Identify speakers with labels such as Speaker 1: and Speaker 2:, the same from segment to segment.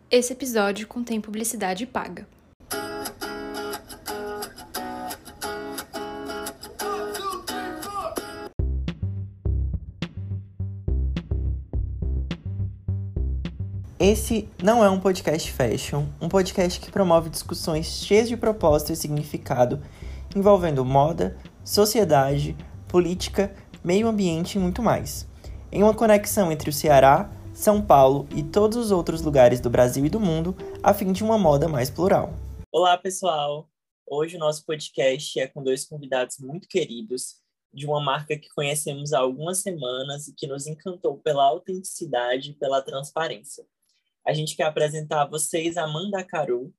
Speaker 1: Esse episódio contém publicidade paga.
Speaker 2: Esse não é um podcast fashion, um podcast que promove discussões cheias de propósito e significado envolvendo moda, sociedade, política, meio ambiente e muito mais. Em uma conexão entre o Ceará, São Paulo e todos os outros lugares do Brasil e do mundo, a fim de uma moda mais plural.
Speaker 3: Olá, pessoal! Hoje o nosso podcast é com dois convidados muito queridos, de uma marca que conhecemos há algumas semanas e que nos encantou pela autenticidade e pela transparência. A gente quer apresentar a vocês a Mandacaru,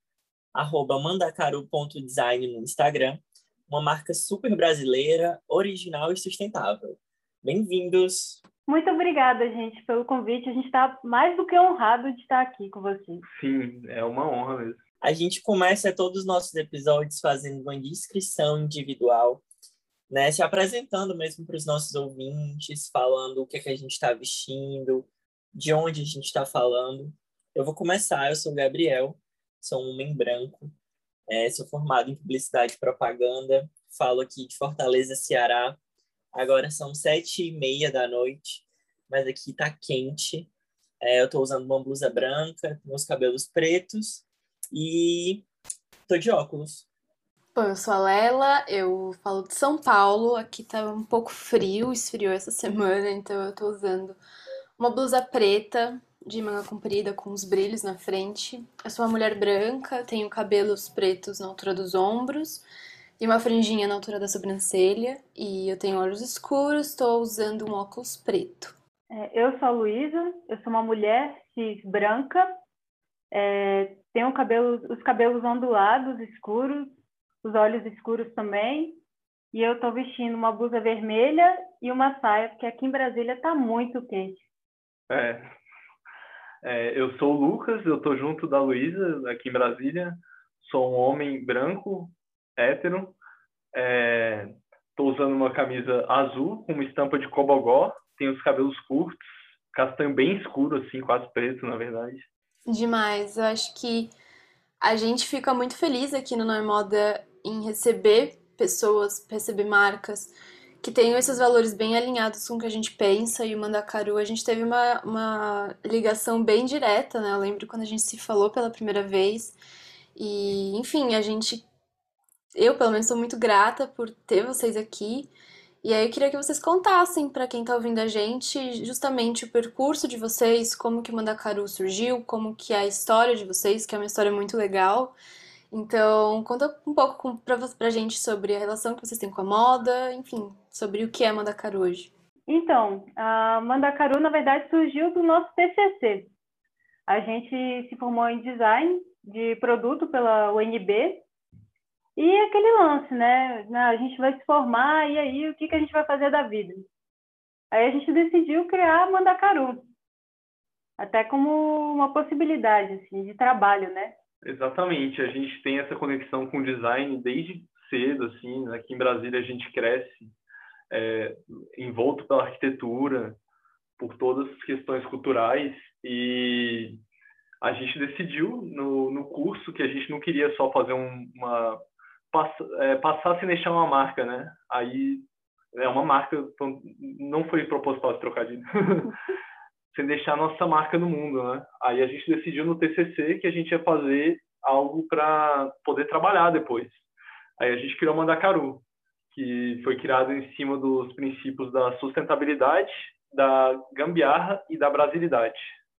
Speaker 3: @mandacaru.design no Instagram, uma marca super brasileira, original e sustentável. Bem-vindos!
Speaker 4: Muito obrigada, gente, pelo convite. A gente está mais do que honrado de estar aqui com vocês.
Speaker 5: Sim, é uma honra mesmo.
Speaker 3: A gente começa todos os nossos episódios fazendo uma descrição individual, né? Se apresentando mesmo para os nossos ouvintes, falando o que é que a gente está vestindo, de onde a gente está falando. Eu vou começar, eu sou o Gabriel, sou um homem branco, sou formado em publicidade e propaganda, falo aqui de Fortaleza, Ceará. Agora são 7h30 da noite, mas aqui tá quente. Eu estou usando uma blusa branca, meus cabelos pretos e tô de óculos.
Speaker 1: Bom, eu sou a Lela, eu falo de São Paulo, aqui tá um pouco frio, esfriou essa semana, então eu tô usando uma blusa preta de manga comprida com os brilhos na frente. Eu sou uma mulher branca, tenho cabelos pretos na altura dos ombros e uma franjinha na altura da sobrancelha, e eu tenho olhos escuros, estou usando um óculos preto.
Speaker 4: Eu sou a Luísa, eu sou uma mulher cis branca, tenho os cabelos ondulados, escuros, os olhos escuros também, e eu estou vestindo uma blusa vermelha e uma saia, porque aqui em Brasília está muito quente.
Speaker 5: Eu sou o Lucas, eu estou junto da Luísa, aqui em Brasília. Sou um homem branco, hétero. Estou usando uma camisa azul com uma estampa de cobogó. Tenho os cabelos curtos, castanho bem escuro, assim, quase preto, na verdade.
Speaker 1: Demais, eu acho que a gente fica muito feliz aqui no Normoda em receber pessoas, receber marcas que tenham esses valores bem alinhados com o que a gente pensa. E o Mandacaru, a gente teve uma ligação bem direta, né? Eu lembro quando a gente se falou pela primeira vez. E, enfim, eu pelo menos sou muito grata por ter vocês aqui. E aí eu queria que vocês contassem para quem tá ouvindo a gente justamente o percurso de vocês, como que o Mandacaru surgiu, como que é a história de vocês, que é uma história muito legal. Então, conta um pouco pra gente sobre a relação que vocês têm com a moda, enfim, sobre o que é Mandacaru hoje.
Speaker 4: Então, a Mandacaru, na verdade, surgiu do nosso TCC. A gente se formou em design de produto pela UNB, e aquele lance, né? A gente vai se formar, e aí o que a gente vai fazer da vida? Aí a gente decidiu criar a Mandacaru, até como uma possibilidade assim, de trabalho, né?
Speaker 5: Exatamente, a gente tem essa conexão com o design desde cedo, assim. Aqui em Brasília a gente cresce envolto pela arquitetura, por todas as questões culturais, e a gente decidiu no curso que a gente não queria só fazer passar sem deixar uma marca, né? Aí uma marca, não foi proposital esse trocadilho, sem deixar a nossa marca no mundo, né? Aí a gente decidiu no TCC que a gente ia fazer algo para poder trabalhar depois. Aí a gente criou o Mandacaru, que foi criado em cima dos princípios da sustentabilidade, da gambiarra e da brasilidade.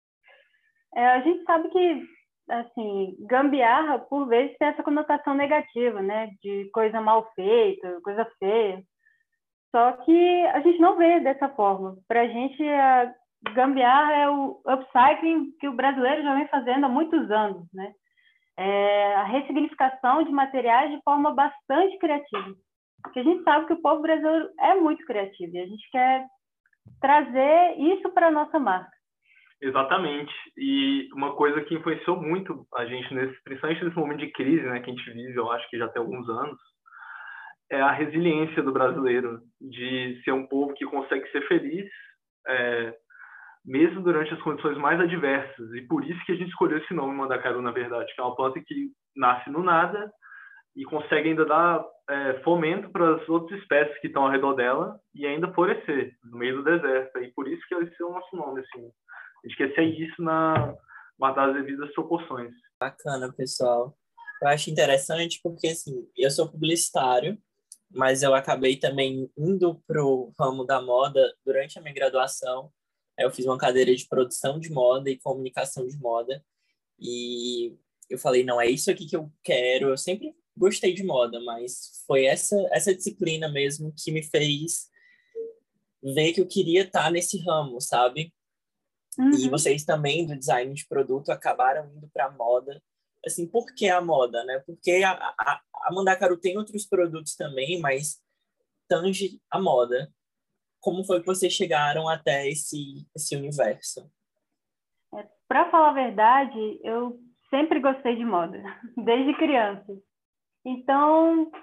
Speaker 4: A gente sabe que, assim, gambiarra, por vezes, tem essa conotação negativa, né? De coisa mal feita, coisa feia. Só que a gente não vê dessa forma. Para a gente, a gambiarra é o upcycling que o brasileiro já vem fazendo há muitos anos, né? A ressignificação de materiais de forma bastante criativa. Porque a gente sabe que o povo brasileiro é muito criativo e a gente quer trazer isso para a nossa marca.
Speaker 5: Exatamente. E uma coisa que influenciou muito a gente, principalmente nesse momento de crise, né, que a gente vive, eu acho que já tem alguns anos, é a resiliência do brasileiro, de ser um povo que consegue ser feliz mesmo durante as condições mais adversas. E por isso que a gente escolheu esse nome, Mandacaru, na verdade, que é uma planta que nasce no nada e consegue ainda dar fomento para as outras espécies que estão ao redor dela e ainda florescer no meio do deserto. E por isso que esse é o nosso nome, assim. A gente quer ser isso guardar as devidas proporções.
Speaker 3: Bacana, pessoal. Eu acho interessante porque, assim, eu sou publicitário, mas eu acabei também indo pro ramo da moda durante a minha graduação. Eu fiz uma cadeira de produção de moda e comunicação de moda. E eu falei, não, é isso aqui que eu quero. Eu sempre gostei de moda, mas foi essa disciplina mesmo que me fez ver que eu queria estar nesse ramo, sabe? E vocês também, do design de produto, acabaram indo para a moda. Assim, por que a moda, né? Porque a Mandacaru tem outros produtos também, mas tange a moda. Como foi que vocês chegaram até esse universo?
Speaker 4: Para falar a verdade, eu sempre gostei de moda, desde criança. Então,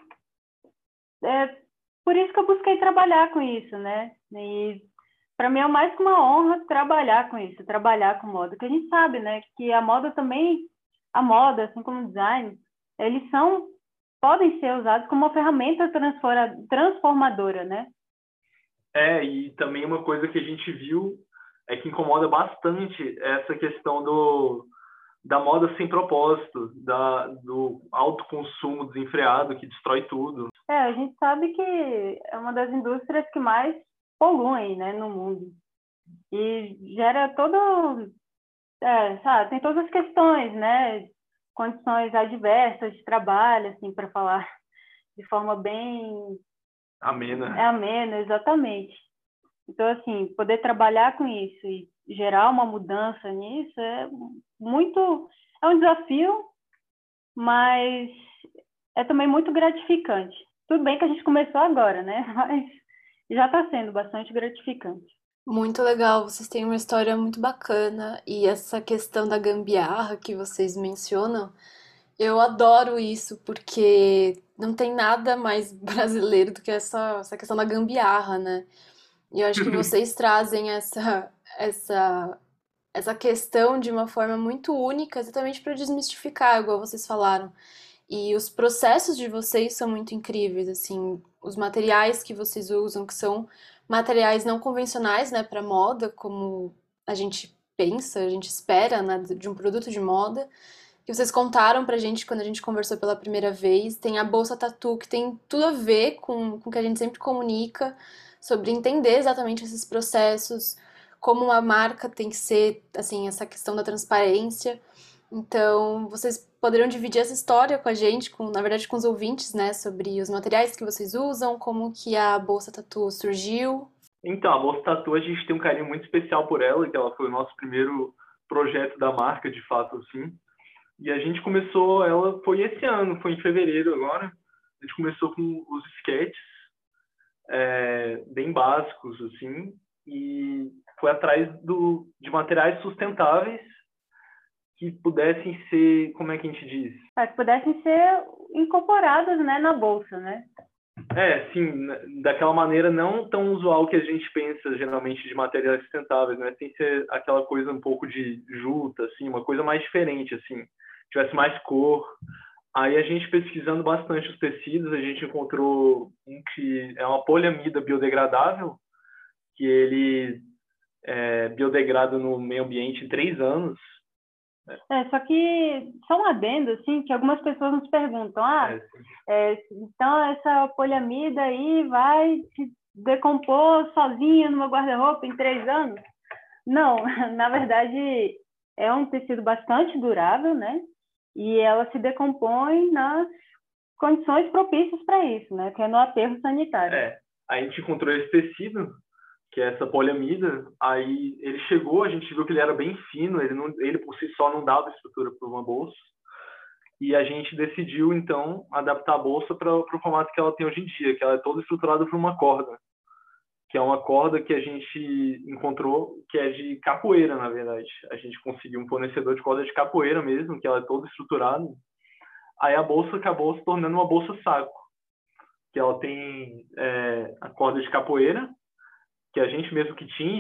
Speaker 4: por isso que eu busquei trabalhar com isso, né? E para mim é mais que uma honra trabalhar com isso, trabalhar com moda. Porque a gente sabe, né, que a moda também, assim como o design, eles podem ser usados como uma ferramenta transformadora, né?
Speaker 5: E também uma coisa que a gente viu é que incomoda bastante essa questão da moda sem propósito, do alto consumo desenfreado que destrói tudo.
Speaker 4: A gente sabe que é uma das indústrias que mais poluem, né, no mundo. E gera sabe, tem todas as questões, né, condições adversas de trabalho, assim, para falar de forma bem amena, exatamente. Então, assim, poder trabalhar com isso e gerar uma mudança nisso é um desafio, mas é também muito gratificante. Tudo bem que a gente começou agora, né? Mas já está sendo bastante gratificante.
Speaker 1: Muito legal, vocês têm uma história muito bacana e essa questão da gambiarra que vocês mencionam, eu adoro isso porque não tem nada mais brasileiro do que essa questão da gambiarra, né? E eu acho que vocês trazem essa questão de uma forma muito única, exatamente para desmistificar, igual vocês falaram. E os processos de vocês são muito incríveis, assim, os materiais que vocês usam, que são materiais não convencionais, né, para moda, como a gente pensa, a gente espera, né, de um produto de moda, que vocês contaram pra gente quando a gente conversou pela primeira vez. Tem a bolsa tatu, que tem tudo a ver com o que a gente sempre comunica, sobre entender exatamente esses processos, como uma marca tem que ser, assim, essa questão da transparência. Então, vocês poderiam dividir essa história com a gente, na verdade com os ouvintes, né, sobre os materiais que vocês usam, como que a bolsa tatu surgiu.
Speaker 5: Então, a bolsa tatu, a gente tem um carinho muito especial por ela, que ela foi o nosso primeiro projeto da marca, de fato, assim. E a gente começou, ela foi esse ano, foi em fevereiro agora. A gente começou com os sketches, bem básicos, assim, e foi atrás de materiais sustentáveis que pudessem ser, como é que a gente diz?
Speaker 4: Que pudessem ser incorporados, né, na bolsa, né?
Speaker 5: Sim, daquela maneira não tão usual que a gente pensa geralmente de materiais sustentáveis, né? Tem que ser aquela coisa um pouco de juta, assim, uma coisa mais diferente, assim, tivesse mais cor. Aí a gente pesquisando bastante os tecidos, a gente encontrou um que é uma poliamida biodegradável, que ele biodegrada no meio ambiente em 3 anos.
Speaker 4: Só que, só um adendo, assim, que algumas pessoas nos perguntam, então essa poliamida aí vai se decompor sozinha no meu guarda-roupa em 3 anos? Não, na verdade, é um tecido bastante durável, né? E ela se decompõe nas condições propícias para isso, né? Que é no aterro sanitário.
Speaker 5: A gente encontrou esse tecido, que é essa poliamida, aí ele chegou, a gente viu que ele era bem fino, ele por si só não dava estrutura para uma bolsa, e a gente decidiu, então, adaptar a bolsa para o formato que ela tem hoje em dia, que ela é toda estruturada por uma corda, que é uma corda que a gente encontrou, que é de capoeira, na verdade. A gente conseguiu um fornecedor de corda de capoeira mesmo, que ela é toda estruturada. Aí a bolsa acabou se tornando uma bolsa saco, que ela tem a corda de capoeira, que a gente mesmo que tinge,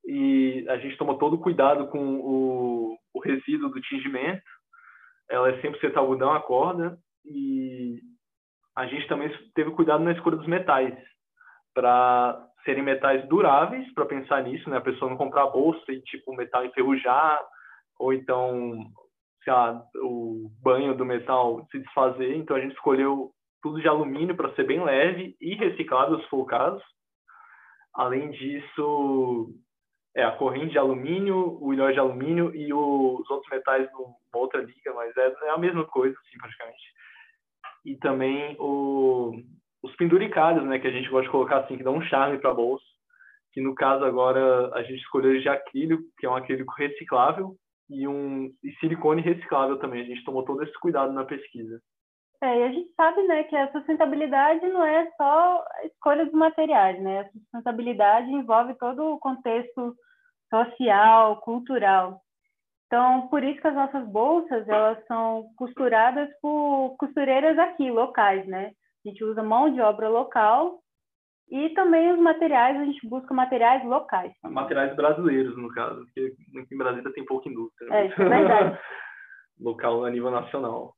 Speaker 5: e a gente tomou todo o cuidado com o resíduo do tingimento. Ela é 100% algodão, a corda, e a gente também teve cuidado na escolha dos metais, para serem metais duráveis, para pensar nisso, né? A pessoa não comprar a bolsa e, tipo, o metal enferrujar, ou então, sei lá, o banho do metal se desfazer. Então, a gente escolheu tudo de alumínio para ser bem leve e reciclável, se for o caso. Além disso, a corrente de alumínio, o ilhóis de alumínio e os outros metais numa outra liga, mas é a mesma coisa, assim, praticamente. E também os penduricalhos, né, que a gente gosta de colocar assim, que dá um charme para a bolsa, que no caso agora a gente escolheu de acrílico, que é um acrílico reciclável, e silicone reciclável também. A gente tomou todo esse cuidado na pesquisa.
Speaker 4: E a gente sabe, né, que a sustentabilidade não é só a escolha dos materiais, né? A sustentabilidade envolve todo o contexto social, cultural. Então, por isso que as nossas bolsas, elas são costuradas por costureiras aqui, locais, né? A gente usa mão de obra local e também os materiais, a gente busca materiais locais.
Speaker 5: Materiais brasileiros, no caso, porque aqui em Brasília tem pouca indústria.
Speaker 4: Isso é verdade.
Speaker 5: Local a nível nacional.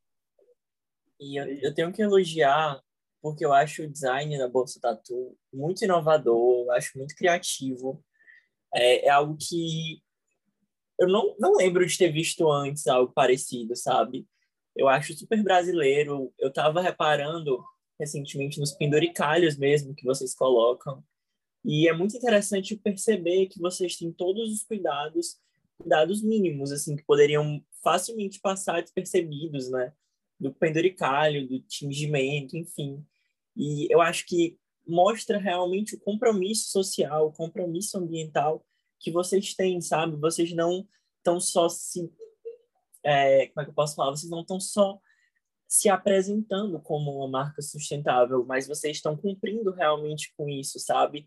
Speaker 3: E eu tenho que elogiar, porque eu acho o design da Bolsa Tatu muito inovador, eu acho muito criativo. É algo que eu não lembro de ter visto antes algo parecido, sabe? Eu acho super brasileiro. Eu estava reparando recentemente nos penduricalhos mesmo que vocês colocam. E é muito interessante perceber que vocês têm todos os cuidados mínimos, assim, que poderiam facilmente passar despercebidos, né? Do penduricalho, do tingimento, enfim. E eu acho que mostra realmente o compromisso social, o compromisso ambiental que vocês têm, sabe? Vocês não estão só como é que eu posso falar? Vocês não estão só se apresentando como uma marca sustentável, mas vocês estão cumprindo realmente com isso, sabe?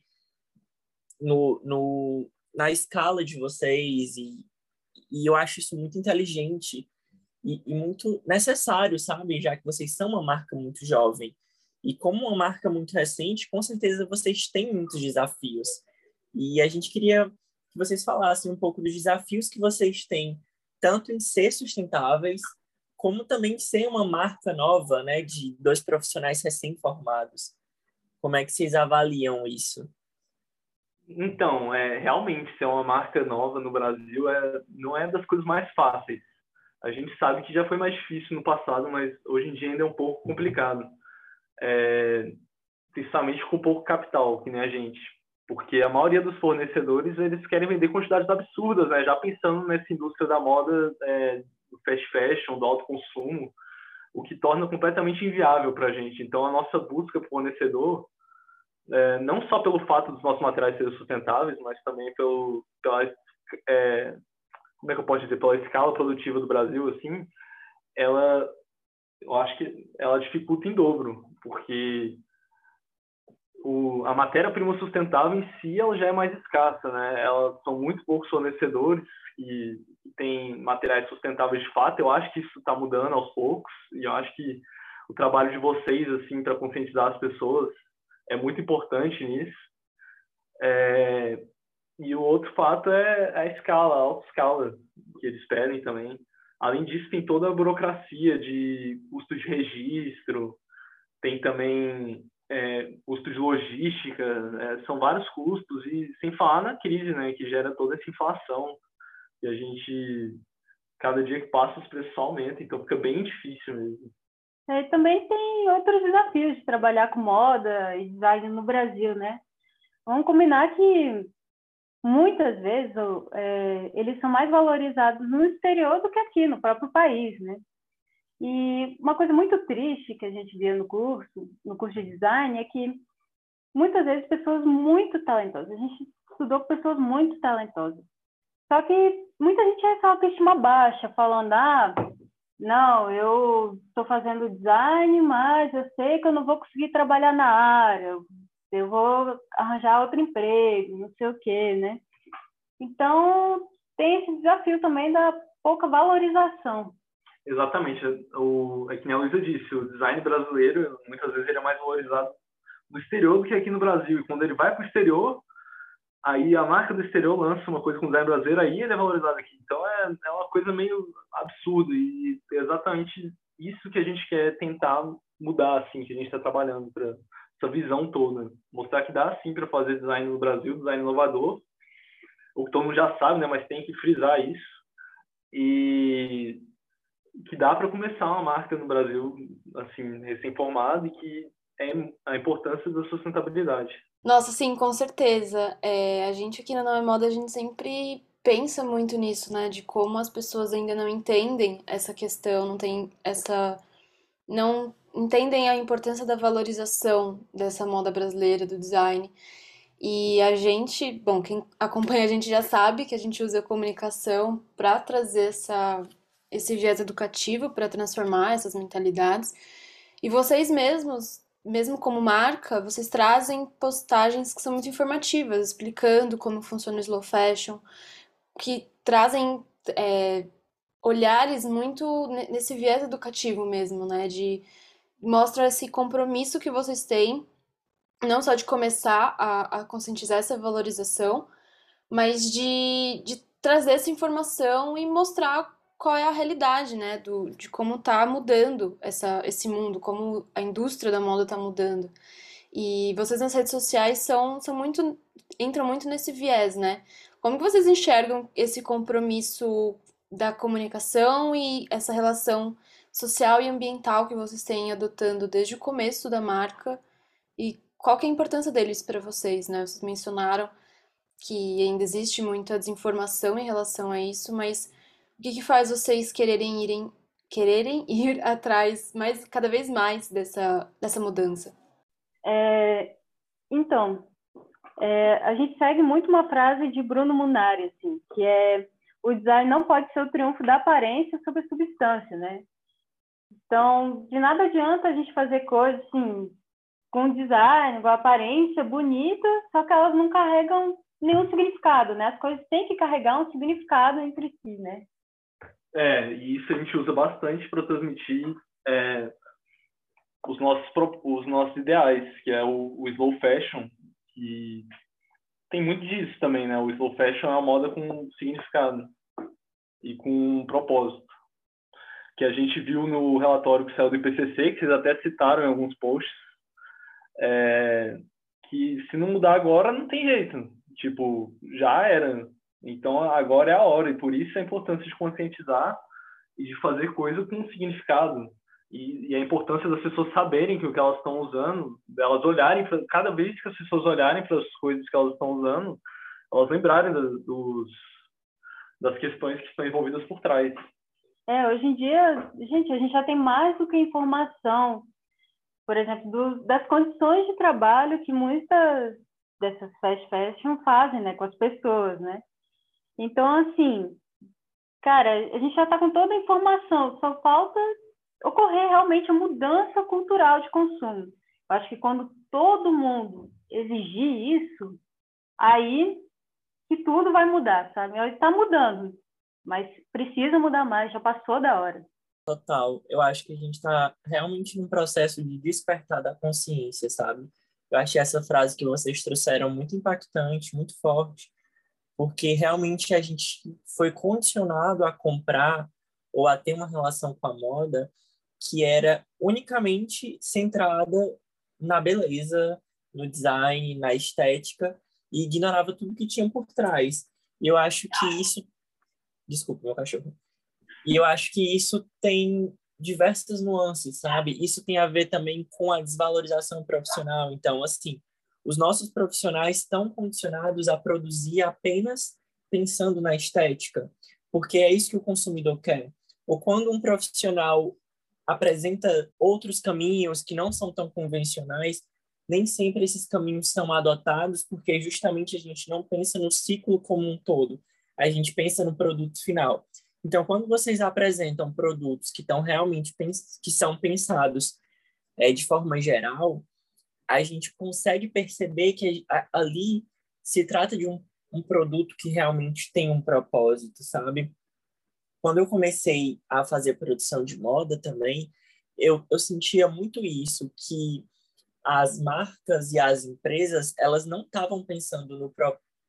Speaker 3: Na escala de vocês, e eu acho isso muito inteligente e muito necessário, sabe? Já que vocês são uma marca muito jovem. E como uma marca muito recente, com certeza vocês têm muitos desafios. E a gente queria que vocês falassem um pouco dos desafios que vocês têm, tanto em ser sustentáveis, como também ser uma marca nova, né, de 2 profissionais recém-formados. Como é que vocês avaliam isso?
Speaker 5: Então, realmente, ser uma marca nova no Brasil não é das coisas mais fáceis. A gente sabe que já foi mais difícil no passado, mas hoje em dia ainda é um pouco complicado. Principalmente com pouco capital, que nem a gente. Porque a maioria dos fornecedores, eles querem vender quantidades absurdas, né? Já pensando nessa indústria da moda, do fast fashion, do alto consumo, o que torna completamente inviável para a gente. Então, a nossa busca por fornecedor, não só pelo fato dos nossos materiais serem sustentáveis, mas também pela como é que eu posso dizer, pela escala produtiva do Brasil, assim, eu acho que ela dificulta em dobro, porque a matéria-prima sustentável em si, ela já é mais escassa, né? São muito poucos fornecedores e tem materiais sustentáveis de fato. Eu acho que isso está mudando aos poucos, e eu acho que o trabalho de vocês, assim, para conscientizar as pessoas é muito importante nisso. E o outro fato é a escala, a alta escala que eles pedem também. Além disso, tem toda a burocracia de custo de registro, tem também custo de logística, são vários custos, e sem falar na crise, né, que gera toda essa inflação, e a gente, cada dia que passa, os preços aumentam, então fica bem difícil mesmo.
Speaker 4: Também tem outros desafios de trabalhar com moda e design no Brasil, né? Vamos combinar que muitas vezes eles são mais valorizados no exterior do que aqui, no próprio país, né? E uma coisa muito triste que a gente vê no curso de design, é que muitas vezes pessoas muito talentosas, a gente estudou com pessoas muito talentosas, só que muita gente tem essa autoestima baixa, falando, não, eu estou fazendo design, mas eu sei que eu não vou conseguir trabalhar na área, eu vou arranjar outro emprego, não sei o quê, né? Então, tem esse desafio também da pouca valorização.
Speaker 5: Exatamente. É que nem a Luísa disse, o design brasileiro, muitas vezes, ele é mais valorizado no exterior do que aqui no Brasil. E quando ele vai para o exterior, Aí a marca do exterior lança uma coisa com design brasileiro, aí ele é valorizado aqui. Então é uma coisa meio absurda e é exatamente isso que a gente quer tentar mudar, assim, que a gente está trabalhando para essa visão toda. Mostrar que dá, sim, para fazer design no Brasil, design inovador, o que todo mundo já sabe, né, mas tem que frisar isso. E que dá para começar uma marca no Brasil, assim, recém-formada, e que é a importância da sustentabilidade.
Speaker 1: Nossa, sim, com certeza. A gente aqui na Não é Moda, a gente sempre pensa muito nisso, né? De como as pessoas ainda não entendem essa questão, não entendem a importância da valorização dessa moda brasileira, do design. E a gente, bom, quem acompanha a gente já sabe que a gente usa a comunicação para trazer esse viés educativo, para transformar essas mentalidades. E vocês mesmos, mesmo como marca, vocês trazem postagens que são muito informativas, explicando como funciona o slow fashion, que trazem olhares muito nesse viés educativo mesmo, né? Mostra esse compromisso que vocês têm, não só de começar a conscientizar essa valorização, mas de trazer essa informação e mostrar qual é a realidade, né, de como tá mudando esse mundo, como a indústria da moda tá mudando. E vocês nas redes sociais entram muito nesse viés, né? Como que vocês enxergam esse compromisso da comunicação e essa relação social e ambiental que vocês têm adotando desde o começo da marca e qual que é a importância deles para vocês, né? Vocês mencionaram que ainda existe muita desinformação em relação a isso, mas o que que faz vocês quererem ir atrás cada vez mais dessa mudança?
Speaker 4: Então, a gente segue muito uma frase de Bruno Munari, assim, que é: o design não pode ser o triunfo da aparência sobre a substância, né? Então, de nada adianta a gente fazer coisas assim, com design, com aparência bonita, só que elas não carregam nenhum significado, né? As coisas têm que carregar um significado entre si, né?
Speaker 5: E isso a gente usa bastante para transmitir os nossos ideais, que é o slow fashion, que tem muito disso também, né? O slow fashion é uma moda com significado e com um propósito, que a gente viu no relatório que saiu do IPCC, que vocês até citaram em alguns posts, que se não mudar agora, não tem jeito. Tipo, já era. Então, agora é a hora. E por isso a importância de conscientizar e de fazer coisa com significado. E a importância das pessoas saberem que o que elas estão usando, delas olharem, cada vez que as pessoas olharem para as coisas que elas estão usando, elas lembrarem das questões que estão envolvidas por trás.
Speaker 4: Hoje em dia, gente, a gente já tem mais do que informação, por exemplo, das condições de trabalho que muitas dessas fast fashion fazem, né, com as pessoas, né? Então, assim, cara, a gente já está com toda a informação, só falta ocorrer realmente a mudança cultural de consumo. Eu acho que quando todo mundo exigir isso, aí que tudo vai mudar, sabe? Está mudando, mas precisa mudar mais, já passou da hora.
Speaker 3: Total. Eu acho que a gente está realmente num processo de despertar da consciência, sabe? Eu achei essa frase que vocês trouxeram muito impactante, muito forte, porque realmente a gente foi condicionado a comprar ou a ter uma relação com a moda que era unicamente centrada na beleza, no design, na estética, e ignorava tudo que tinha por trás. E eu acho que isso... Desculpa, meu cachorro. E eu acho que isso tem diversas nuances, sabe? Isso tem a ver também com a desvalorização profissional. Então, assim, os nossos profissionais estão condicionados a produzir apenas pensando na estética, porque é isso que o consumidor quer. Ou quando um profissional apresenta outros caminhos que não são tão convencionais, nem sempre esses caminhos são adotados, porque justamente a gente não pensa no ciclo como um todo, a gente pensa no produto final. Então, quando vocês apresentam produtos que estão realmente que são pensados de forma geral, a gente consegue perceber que ali se trata de um produto que realmente tem um propósito, sabe? Quando eu comecei a fazer produção de moda também, eu sentia muito isso, que as marcas e as empresas, elas não estavam pensando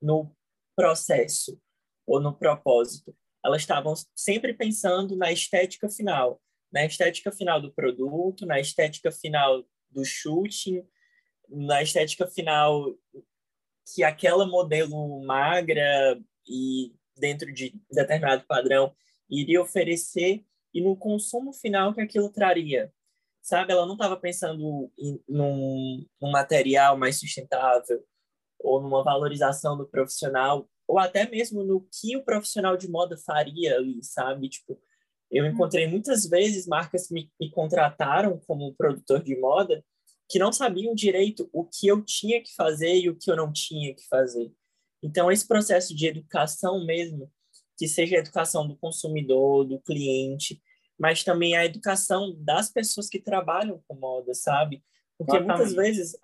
Speaker 3: no processo ou no propósito. Elas estavam sempre pensando na estética final do produto, na estética final do shooting, na estética final que aquela modelo magra e dentro de determinado padrão iria oferecer e no consumo final que aquilo traria. Sabe? Ela não estava pensando num material mais sustentável ou numa valorização do profissional ou até mesmo no que o profissional de moda faria ali, sabe? Tipo, eu encontrei muitas vezes marcas que me contrataram como produtor de moda que não sabiam direito o que eu tinha que fazer e o que eu não tinha que fazer. Então, esse processo de educação mesmo, que seja a educação do consumidor, do cliente, mas também a educação das pessoas que trabalham com moda, sabe? Porque muitas vezes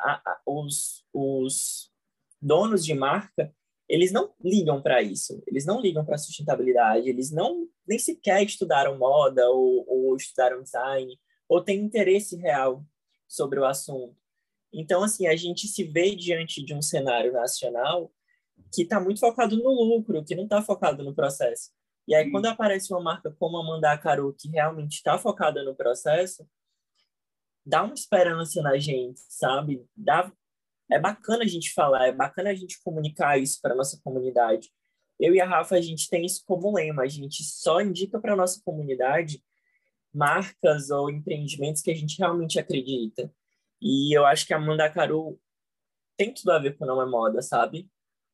Speaker 3: os donos de marca, eles não ligam para isso, eles não ligam para a sustentabilidade, eles não nem sequer estudaram moda ou estudaram design, ou têm interesse real sobre o assunto. Então, assim, a gente se vê diante de um cenário nacional que está muito focado no lucro, que não está focado no processo. E aí, quando aparece uma marca como a Mandacaru, que realmente está focada no processo, dá uma esperança na gente, sabe? É bacana a gente falar, é bacana a gente comunicar isso para nossa comunidade. Eu e a Rafa, a gente tem isso como lema, a gente só indica para nossa comunidade marcas ou empreendimentos que a gente realmente acredita. E eu acho que a Mandacaru tem tudo a ver com Não é Moda, sabe?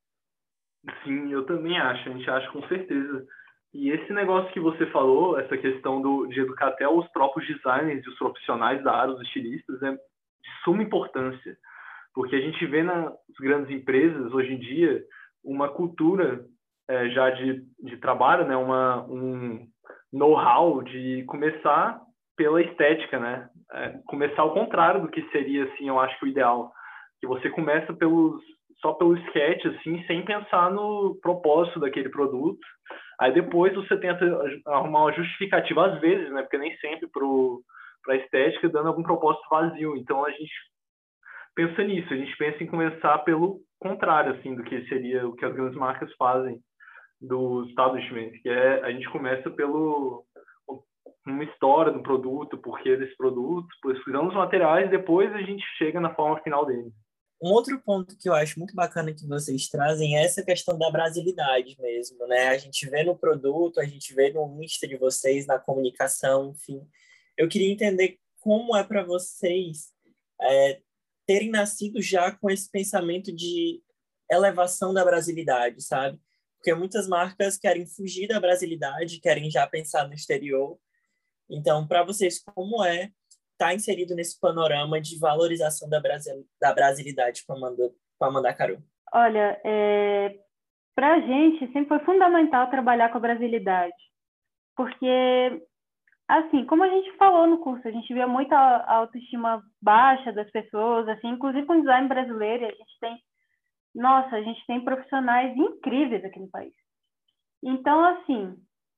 Speaker 5: Sim, eu também acho, a gente acha com certeza. E esse negócio que você falou, essa questão de educar até os próprios designers e os profissionais da área, os estilistas, é de suma importância. Porque a gente vê nas grandes empresas, hoje em dia, uma cultura já de trabalho, né? Um know-how de começar pela estética, né? Começar ao contrário do que seria, assim, eu acho que o ideal. Que você começa só pelo sketch, assim, sem pensar no propósito daquele produto. Aí depois você tenta arrumar uma justificativa, às vezes, né? Porque nem sempre para a estética, dando algum propósito vazio. Então, a gente pensa nisso. A gente pensa em começar pelo contrário, assim, do que seria o que as grandes marcas fazem do establishment, que a gente começa uma história do produto, porquê desse produto, pesquisando os materiais, depois a gente chega na forma final dele.
Speaker 3: Um outro ponto que eu acho muito bacana que vocês trazem é essa questão da brasilidade mesmo, né? A gente vê no produto, a gente vê no Insta de vocês, na comunicação, enfim. Eu queria entender como é para vocês terem nascido já com esse pensamento de elevação da brasilidade, sabe? Porque muitas marcas querem fugir da brasilidade, querem já pensar no exterior. Então, para vocês, como está inserido nesse panorama de valorização da brasilidade com a Mandacaru?
Speaker 4: Olha, para a gente sempre foi fundamental trabalhar com a brasilidade, porque, assim, como a gente falou no curso, a gente via muita autoestima baixa das pessoas, assim, inclusive com o design brasileiro, a gente tem profissionais incríveis aqui no país. Então, assim,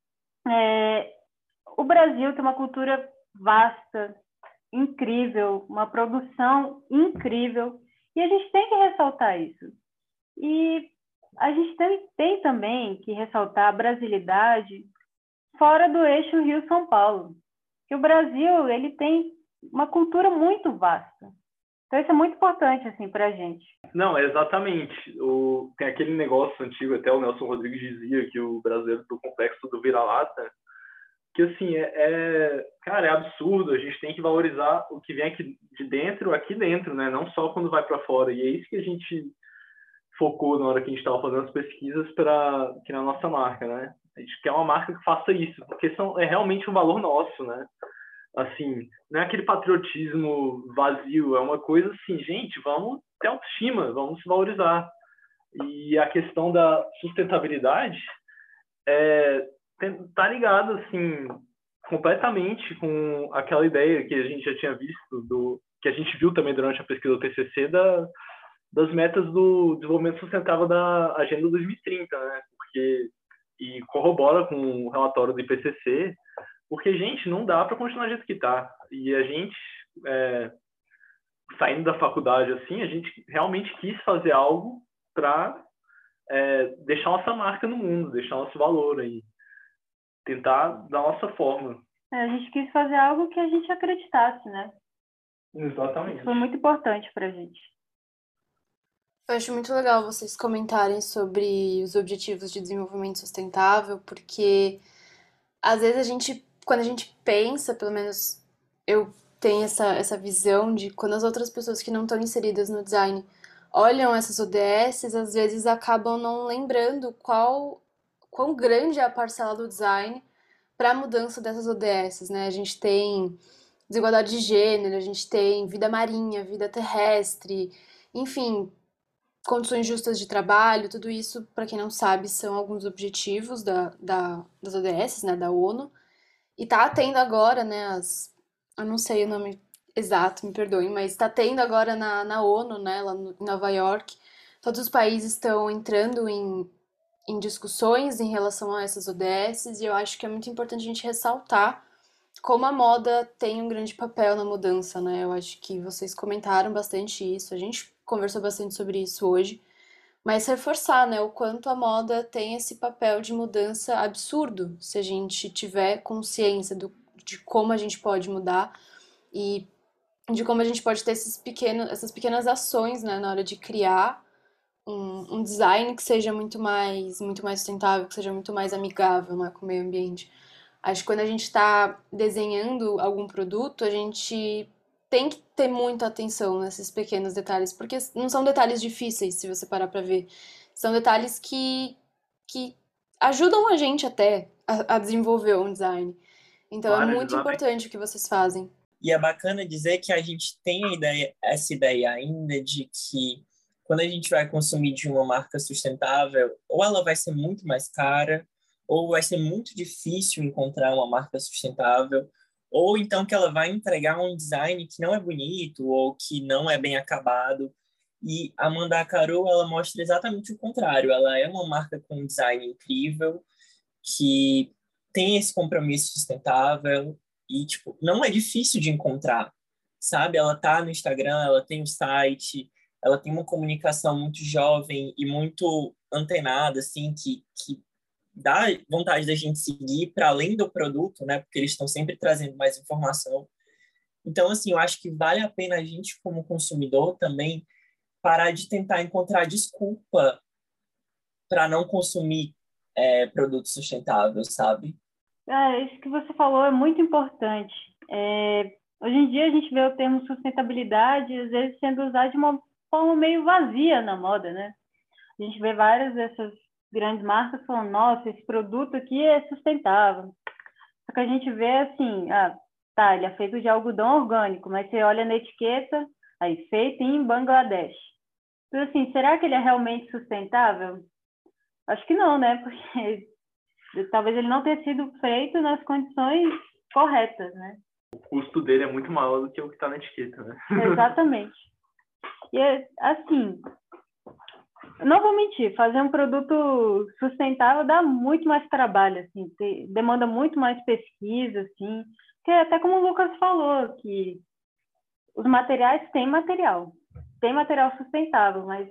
Speaker 4: o Brasil tem uma cultura vasta, incrível, uma produção incrível, e a gente tem que ressaltar isso. E a gente tem também que ressaltar a brasilidade fora do eixo Rio-São Paulo, que o Brasil ele tem uma cultura muito vasta. Então isso é muito importante assim, para a gente.
Speaker 5: Não, exatamente. Tem aquele negócio antigo, até o Nelson Rodrigues dizia que o brasileiro do complexo do vira-lata, que assim, cara, é absurdo, a gente tem que valorizar o que vem aqui dentro, né? Não só quando vai para fora. E é isso que a gente focou na hora que a gente estava fazendo as pesquisas aqui na nossa marca, né? A gente quer uma marca que faça isso, porque é realmente um valor nosso, né? Assim, não é aquele patriotismo vazio, é uma coisa assim, gente, vamos ter autoestima, vamos se valorizar. E a questão da sustentabilidade tá ligado assim completamente com aquela ideia que a gente já tinha visto que a gente viu também durante a pesquisa do TCC das metas do desenvolvimento sustentável da Agenda 2030, né? E corrobora com o relatório do IPCC, porque, gente, não dá para continuar do jeito que está. E a gente, saindo da faculdade, assim, a gente realmente quis fazer algo para deixar nossa marca no mundo, deixar nosso valor aí, tentar da nossa forma.
Speaker 4: A gente quis fazer algo que a gente acreditasse, né?
Speaker 5: Exatamente.
Speaker 4: Isso foi muito importante pra gente.
Speaker 1: Eu acho muito legal vocês comentarem sobre os objetivos de desenvolvimento sustentável, porque às vezes quando a gente pensa, pelo menos eu tenho essa visão de quando as outras pessoas que não estão inseridas no design olham essas ODSs, às vezes acabam não lembrando quão grande é a parcela do design para a mudança dessas ODSs, né? A gente tem desigualdade de gênero, a gente tem vida marinha, vida terrestre, enfim, condições justas de trabalho, tudo isso, para quem não sabe, são alguns objetivos das ODS, né, da ONU. E tá tendo agora, né, eu não sei o nome exato, me perdoem, mas tá tendo agora na ONU, né, lá em Nova York, todos os países estão entrando em discussões em relação a essas ODSs, e eu acho que é muito importante a gente ressaltar como a moda tem um grande papel na mudança, né? Eu acho que vocês comentaram bastante isso, a gente conversou bastante sobre isso hoje, mas reforçar, né, o quanto a moda tem esse papel de mudança absurdo, se a gente tiver consciência de como a gente pode mudar e de como a gente pode ter essas pequenas ações, né, na hora de criar um design que seja muito mais sustentável, que seja muito mais amigável, né, com o meio ambiente. Acho que quando a gente está desenhando algum produto, a gente tem que ter muita atenção nesses pequenos detalhes, porque não são detalhes difíceis, se você parar para ver. São detalhes que ajudam a gente até a desenvolver um design. Então é muito
Speaker 5: Exatamente.
Speaker 1: importante o que vocês fazem.
Speaker 3: E é bacana dizer que a gente tem essa ideia ainda de que quando a gente vai consumir de uma marca sustentável, ou ela vai ser muito mais cara, ou vai ser muito difícil encontrar uma marca sustentável, ou então que ela vai entregar um design que não é bonito ou que não é bem acabado. E a Mandacaru, ela mostra exatamente o contrário. Ela é uma marca com um design incrível, que tem esse compromisso sustentável e, tipo, não é difícil de encontrar, sabe? Ela tá no Instagram, ela tem um site, ela tem uma comunicação muito jovem e muito antenada, assim, que dá vontade da gente seguir para além do produto, né? Porque eles estão sempre trazendo mais informação. Então, assim, eu acho que vale a pena a gente, como consumidor, também parar de tentar encontrar desculpa para não consumir produtos sustentáveis, sabe?
Speaker 4: Isso que você falou é muito importante. Hoje em dia a gente vê o termo sustentabilidade às vezes sendo usado de uma forma meio vazia na moda, né? A gente vê várias dessas grandes marcas falando, nossa, esse produto aqui é sustentável. Só que a gente vê assim, tá, ele é feito de algodão orgânico, mas você olha na etiqueta, aí, feito em Bangladesh. Então, assim, será que ele é realmente sustentável? Acho que não, né? Porque talvez ele não tenha sido feito nas condições corretas, né?
Speaker 5: O custo dele é muito maior do que o que está na etiqueta, né?
Speaker 4: Exatamente. E, assim, não vou mentir, fazer um produto sustentável dá muito mais trabalho, assim, demanda muito mais pesquisa, assim, que até como o Lucas falou, que os materiais têm material sustentável, mas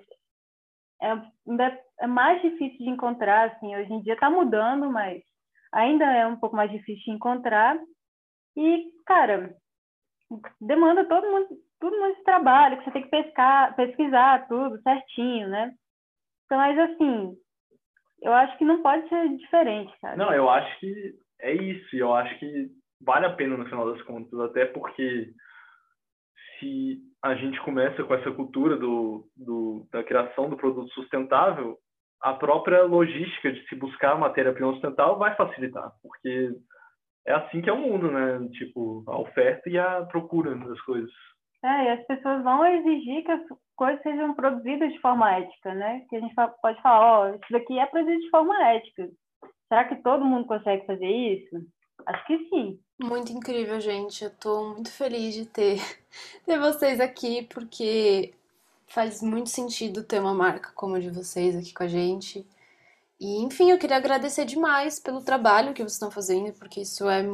Speaker 4: ainda é mais difícil de encontrar, assim, hoje em dia está mudando, mas ainda é um pouco mais difícil de encontrar e, cara, demanda tudo muito trabalho, que você tem que pesquisar tudo certinho, né? Então, mas assim, eu acho que não pode ser diferente, cara.
Speaker 5: Não, eu acho que é isso, e eu acho que vale a pena no final das contas, até porque se a gente começa com essa cultura da criação do produto sustentável, a própria logística de se buscar matéria-prima sustentável vai facilitar, porque é assim que é o mundo, né? Tipo, a oferta e a procura das coisas.
Speaker 4: E as pessoas vão exigir que as coisas sejam produzidas de forma ética, né? Que a gente pode falar, isso daqui é produzido de forma ética. Será que todo mundo consegue fazer isso? Acho que sim.
Speaker 1: Muito incrível, gente. Eu tô muito feliz de ter vocês aqui, porque faz muito sentido ter uma marca como a de vocês aqui com a gente. E, enfim, eu queria agradecer demais pelo trabalho que vocês estão fazendo, porque isso é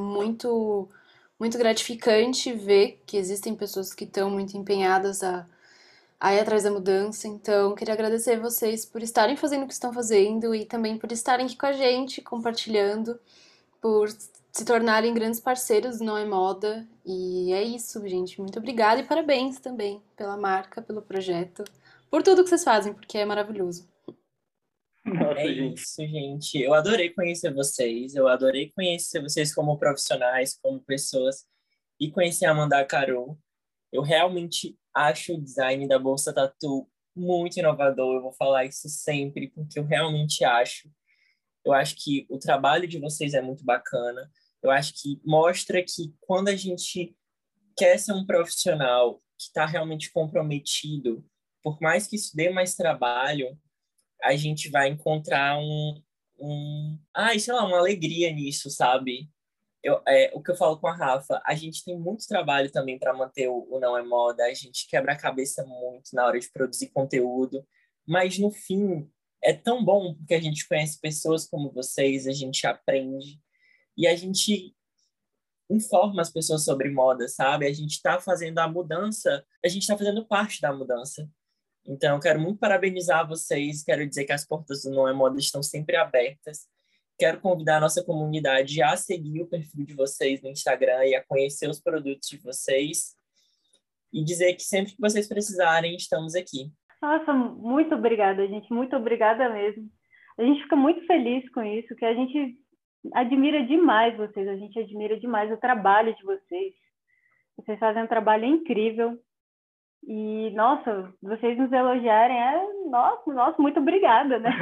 Speaker 1: muito gratificante ver que existem pessoas que estão muito empenhadas a aí atrás da mudança. Então, queria agradecer vocês por estarem fazendo o que estão fazendo e também por estarem aqui com a gente, compartilhando, por se tornarem grandes parceiros do Não é Moda. E é isso, gente. Muito obrigada e parabéns também pela marca, pelo projeto, por tudo que vocês fazem, porque é maravilhoso.
Speaker 5: Nossa,
Speaker 3: É
Speaker 5: gente.
Speaker 3: isso, gente. Eu adorei conhecer vocês. Eu adorei conhecer vocês como profissionais, como pessoas. E conhecer a Amanda Caru. Eu realmente acho o design da Bolsa Tatu muito inovador. Eu vou falar isso sempre, porque eu realmente acho. Eu acho que o trabalho de vocês é muito bacana. Eu acho que mostra que quando a gente quer ser um profissional que está realmente comprometido, por mais que isso dê mais trabalho, a gente vai encontrar sei lá, uma alegria nisso, sabe? O que eu falo com a Rafa, a gente tem muito trabalho também para manter o Não é Moda, a gente quebra a cabeça muito na hora de produzir conteúdo, mas no fim é tão bom porque a gente conhece pessoas como vocês, a gente aprende e a gente informa as pessoas sobre moda, sabe? A gente está fazendo a mudança, a gente está fazendo parte da mudança. Então, eu quero muito parabenizar vocês, quero dizer que as portas do Não é Moda estão sempre abertas. Quero convidar a nossa comunidade a seguir o perfil de vocês no Instagram e a conhecer os produtos de vocês. E dizer que sempre que vocês precisarem, estamos aqui.
Speaker 4: Nossa, muito obrigada, gente. Muito obrigada mesmo. A gente fica muito feliz com isso, que a gente admira demais vocês, a gente admira demais o trabalho de vocês. Vocês fazem um trabalho incrível. E, nossa, vocês nos elogiarem, nossa, muito obrigada, né?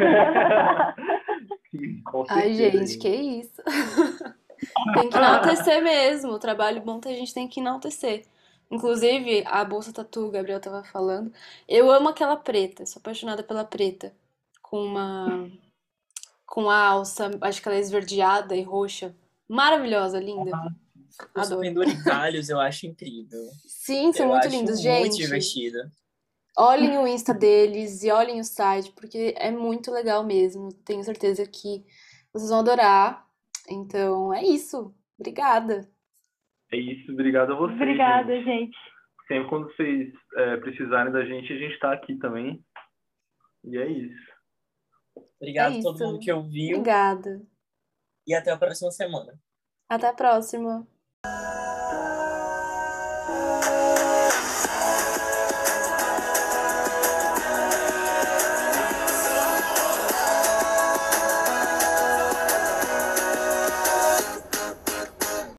Speaker 5: Com
Speaker 1: Ai,
Speaker 5: certeza,
Speaker 1: gente, que isso. Tem que enaltecer mesmo. O trabalho bom a gente tem que enaltecer. Inclusive, a bolsa tatu, o Gabriel tava falando. Eu amo aquela preta, sou apaixonada pela preta. Com a alça, acho que ela é esverdeada e roxa. Maravilhosa, linda.
Speaker 3: Os
Speaker 1: Adoro.
Speaker 3: penduricalhos eu acho incrível.
Speaker 1: Sim, são
Speaker 3: Eu
Speaker 1: muito
Speaker 3: acho
Speaker 1: lindos.
Speaker 3: muito
Speaker 1: Gente,
Speaker 3: divertido.
Speaker 1: olhem o Insta deles e olhem o site, porque é muito legal mesmo. Tenho certeza que vocês vão adorar. Então, é isso. Obrigada.
Speaker 5: É isso, obrigado a vocês,
Speaker 4: Obrigada,
Speaker 5: gente.
Speaker 4: gente.
Speaker 5: Sempre quando vocês precisarem da gente, a gente está aqui também. E é isso.
Speaker 1: É
Speaker 3: Obrigado a todo mundo
Speaker 1: isso.
Speaker 3: que ouviu
Speaker 1: Obrigada.
Speaker 3: e até a próxima semana.
Speaker 1: Até a próxima.